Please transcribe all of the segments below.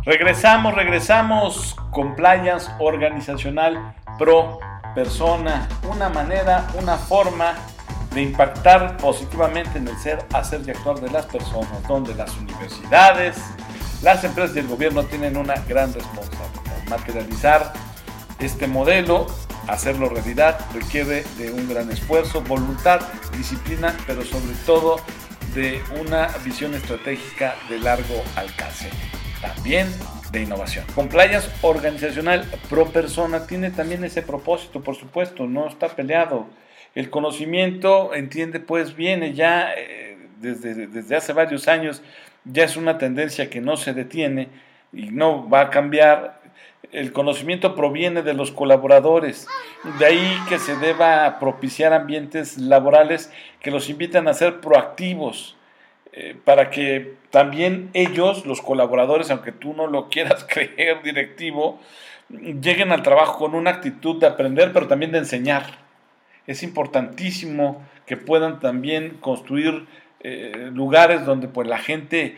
Regresamos. Compliance organizacional pro persona. Una manera, una forma de impactar positivamente en el hacer y actuar de las personas, donde las universidades, las empresas y el gobierno tienen una gran responsabilidad. Materializar este modelo, hacerlo realidad, requiere de un gran esfuerzo, voluntad, disciplina, pero sobre todo de una visión estratégica de largo alcance. También de innovación. Compliance organizacional pro persona tiene también ese propósito, por supuesto, no está peleado. El conocimiento, entiende, pues viene ya desde hace varios años, ya es una tendencia que no se detiene y no va a cambiar. El conocimiento proviene de los colaboradores, de ahí que se deba propiciar ambientes laborales que los invitan a ser proactivos, para que también ellos, los colaboradores, aunque tú no lo quieras creer, directivo, lleguen al trabajo con una actitud de aprender, pero también de enseñar. Es importantísimo que puedan también construir lugares donde pues la gente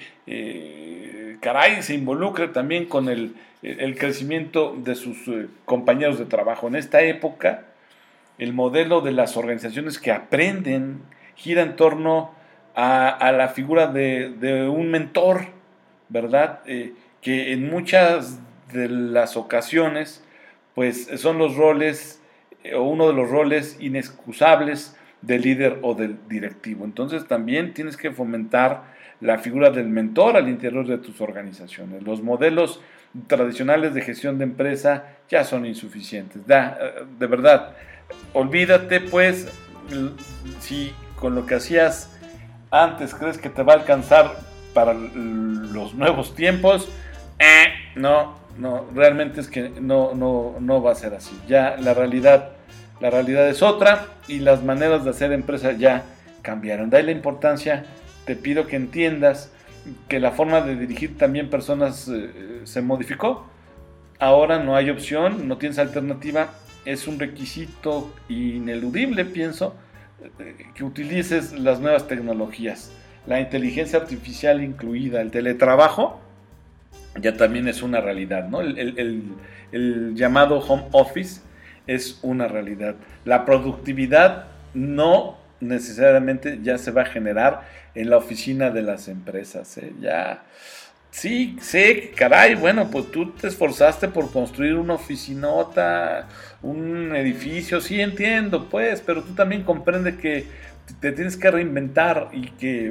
se involucre también con el crecimiento de sus compañeros de trabajo. En esta época, el modelo de las organizaciones que aprenden gira en torno a la figura de un mentor, ¿verdad? Que en muchas de las ocasiones pues son los roles o uno de los roles inexcusables del líder o del directivo. Entonces también tienes que fomentar la figura del mentor al interior de tus organizaciones. Los modelos tradicionales de gestión de empresa ya son insuficientes. De verdad, olvídate pues, si con lo que hacías antes crees que te va a alcanzar para los nuevos tiempos, no, realmente es que no va a ser así. Ya la realidad es otra y las maneras de hacer empresa ya cambiaron. De ahí la importancia, te pido que entiendas que la forma de dirigir también personas se modificó. Ahora no hay opción, no tienes alternativa, es un requisito ineludible, pienso, que utilices las nuevas tecnologías, la inteligencia artificial incluida, el teletrabajo ya también es una realidad, ¿no? El llamado home office es una realidad. La productividad no necesariamente ya se va a generar en la oficina de las empresas, ¿eh? Ya, sí, caray, bueno, pues tú te esforzaste por construir una oficinota, un edificio, sí entiendo, pues, pero tú también comprende que te tienes que reinventar y que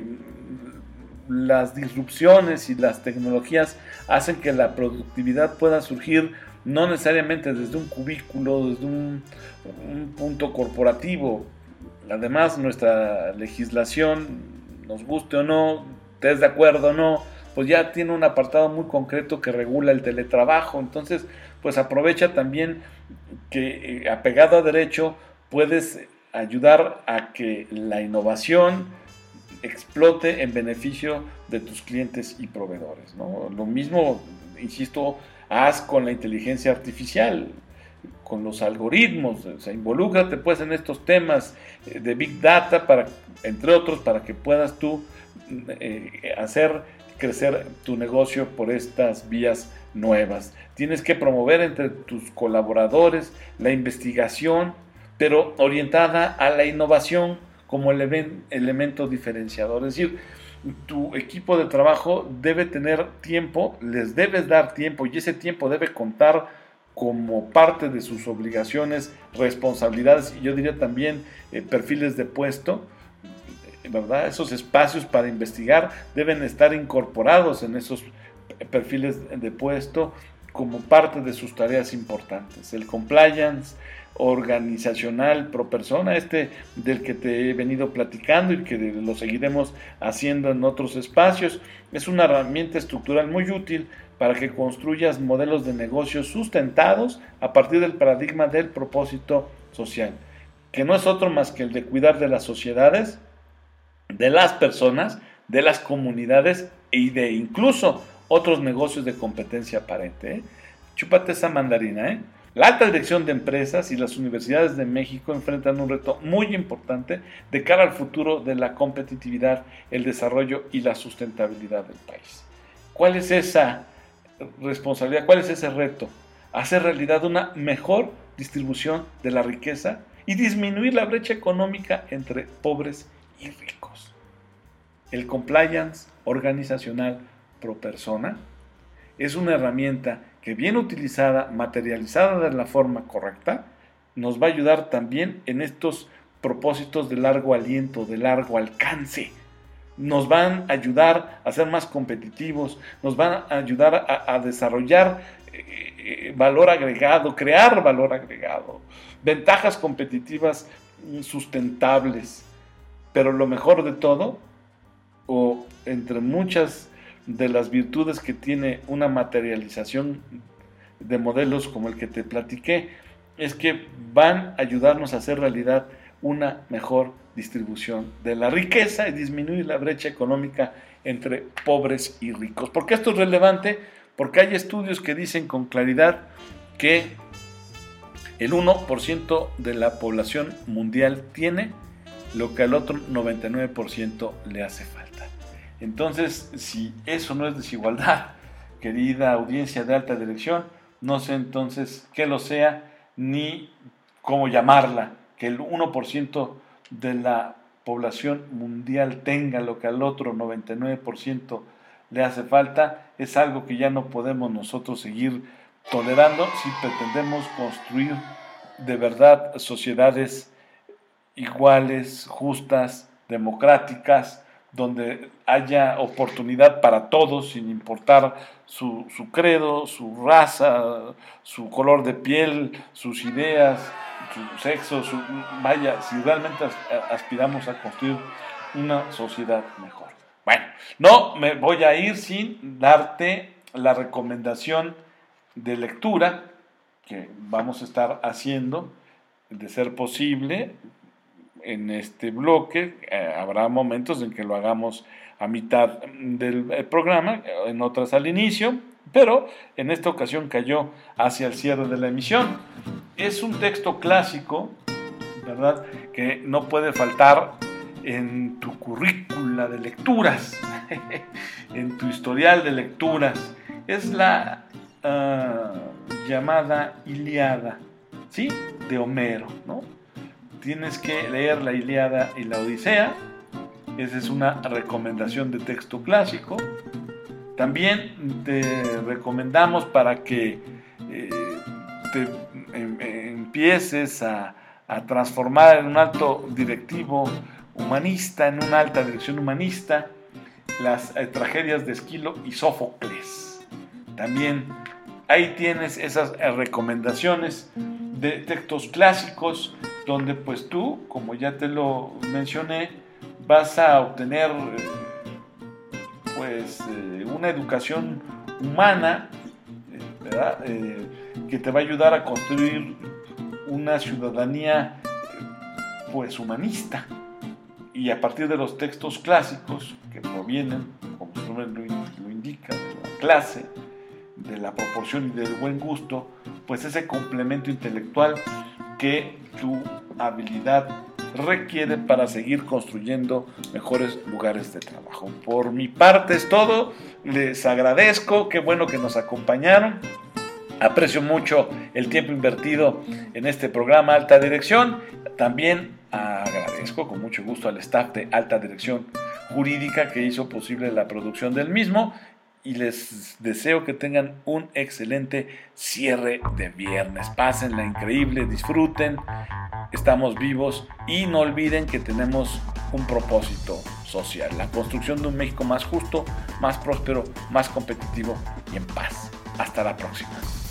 las disrupciones y las tecnologías hacen que la productividad pueda surgir no necesariamente desde un cubículo, desde un punto corporativo. Además, nuestra legislación, nos guste o no, estés de acuerdo o no, pues ya tiene un apartado muy concreto que regula el teletrabajo. Entonces, pues aprovecha también que apegado a derecho puedes ayudar a que la innovación explote en beneficio de tus clientes y proveedores, ¿no? Lo mismo, insisto, haz con la inteligencia artificial, con los algoritmos, o sea, involúcrate pues en estos temas de Big Data, entre otros, para que puedas tú hacer crecer tu negocio por estas vías nuevas. Tienes que promover entre tus colaboradores la investigación, pero orientada a la innovación como elemento diferenciador. Es decir, tu equipo de trabajo debe tener tiempo, les debes dar tiempo y ese tiempo debe contar como parte de sus obligaciones, responsabilidades y yo diría también perfiles de puesto, ¿verdad? Esos espacios para investigar deben estar incorporados en esos perfiles de puesto como parte de sus tareas importantes. El compliance organizacional pro persona, del que te he venido platicando y que lo seguiremos haciendo en otros espacios, es una herramienta estructural muy útil para que construyas modelos de negocios sustentados a partir del paradigma del propósito social, que no es otro más que el de cuidar de las sociedades, de las personas, de las comunidades y de incluso otros negocios de competencia aparente, ¿eh? Chúpate esa mandarina, ¿eh? La alta dirección de empresas y las universidades de México enfrentan un reto muy importante de cara al futuro de la competitividad, el desarrollo y la sustentabilidad del país. ¿Cuál es esa responsabilidad, cuál es ese reto? Hacer realidad una mejor distribución de la riqueza y disminuir la brecha económica entre pobres y ricos. El compliance organizacional pro persona es una herramienta que, bien utilizada, materializada de la forma correcta, nos va a ayudar también en estos propósitos de largo aliento, de largo alcance. Nos van a ayudar a ser más competitivos, nos van a ayudar a desarrollar valor agregado, crear valor agregado, ventajas competitivas sustentables. Pero lo mejor de todo, o entre muchas de las virtudes que tiene una materialización de modelos como el que te platiqué, es que van a ayudarnos a hacer realidad una mejor distribución de la riqueza y disminuir la brecha económica entre pobres y ricos. ¿Por qué esto es relevante? Porque hay estudios que dicen con claridad que el 1% de la población mundial tiene lo que al otro 99% le hace falta. Entonces, si eso no es desigualdad, querida audiencia de Alta Dirección, no sé entonces qué lo sea ni cómo llamarla. Que el 1% de la población mundial tenga lo que al otro 99% le hace falta, es algo que ya no podemos nosotros seguir tolerando si pretendemos construir de verdad sociedades iguales, justas, democráticas, donde haya oportunidad para todos, sin importar su credo, su raza, su color de piel, sus ideas, su sexo, vaya, si realmente aspiramos a construir una sociedad mejor. Bueno, no me voy a ir sin darte la recomendación de lectura que vamos a estar haciendo, de ser posible, en este bloque. Habrá momentos en que lo hagamos a mitad del programa, en otras al inicio, pero en esta ocasión cayó hacia el cierre de la emisión. Es un texto clásico, ¿verdad?, que no puede faltar en tu currícula de lecturas, en tu historial de lecturas. Es la llamada Ilíada, ¿sí?, de Homero, ¿no? Tienes que leer la Ilíada y la Odisea. Esa es una recomendación de texto clásico. También te recomendamos, para que te empieces a transformar en un alto directivo humanista, en una alta dirección humanista, las tragedias de Esquilo y Sófocles. También ahí tienes esas recomendaciones de textos clásicos, donde pues tú, como ya te lo mencioné, vas a obtener una educación humana, ¿verdad?, que te va a ayudar a construir una ciudadanía pues humanista. Y a partir de los textos clásicos, que provienen, como su nombre lo indica, de la clase, de la proporción y del buen gusto, pues ese complemento intelectual que tu habilidad requiere para seguir construyendo mejores lugares de trabajo. Por mi parte es todo. Les agradezco, qué bueno que nos acompañaron. Aprecio mucho el tiempo invertido en este programa Alta Dirección. También agradezco con mucho gusto al staff de Alta Dirección Jurídica que hizo posible la producción del mismo, y les deseo que tengan un excelente cierre de viernes. Pásenla increíble, disfruten, estamos vivos y no olviden que tenemos un propósito social: la construcción de un México más justo, más próspero, más competitivo y en paz. Hasta la próxima.